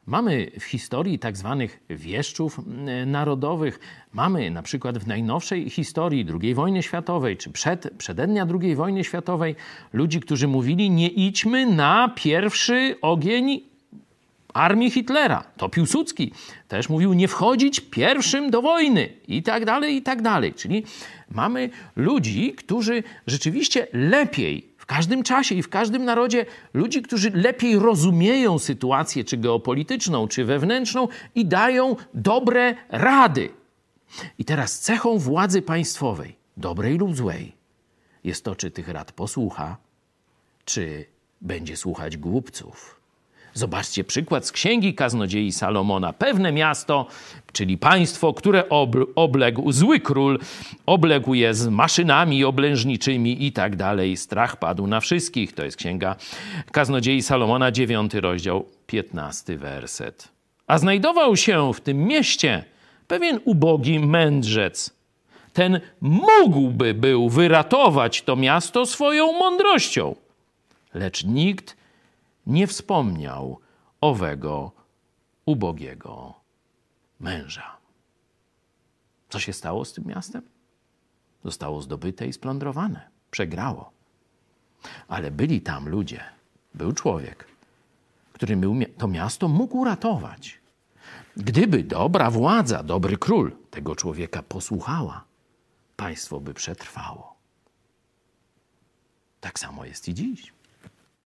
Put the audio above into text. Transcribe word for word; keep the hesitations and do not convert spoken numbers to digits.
Mamy w historii tak zwanych wieszczów narodowych, mamy na przykład w najnowszej historii drugiej wojny światowej, czy przed, przedednia drugiej wojny światowej, ludzi, którzy mówili: nie idźmy na pierwszy ogień armii Hitlera. To Piłsudski też mówił: nie wchodzić pierwszym do wojny i tak dalej, i tak dalej. Czyli mamy ludzi, którzy rzeczywiście lepiej w każdym czasie i w każdym narodzie, ludzi, którzy lepiej rozumieją sytuację, czy geopolityczną, czy wewnętrzną, i dają dobre rady. I teraz cechą władzy państwowej, dobrej lub złej, jest to, czy tych rad posłucha, czy będzie słuchać głupców. Zobaczcie przykład z Księgi Kaznodziei Salomona. Pewne miasto, czyli państwo, które obległ zły król, obległ je z maszynami oblężniczymi i tak dalej. Strach padł na wszystkich. To jest Księga Kaznodziei Salomona, dziewiąty rozdział, piętnasty werset. A znajdował się w tym mieście pewien ubogi mędrzec. Ten mógłby był wyratować to miasto swoją mądrością, lecz nikt nie wspomniał owego ubogiego męża. Co się stało z tym miastem? Zostało zdobyte i splądrowane. Przegrało. Ale byli tam ludzie, był człowiek, który to miasto mógł uratować. Gdyby dobra władza, dobry król tego człowieka posłuchała, państwo by przetrwało. Tak samo jest i dziś.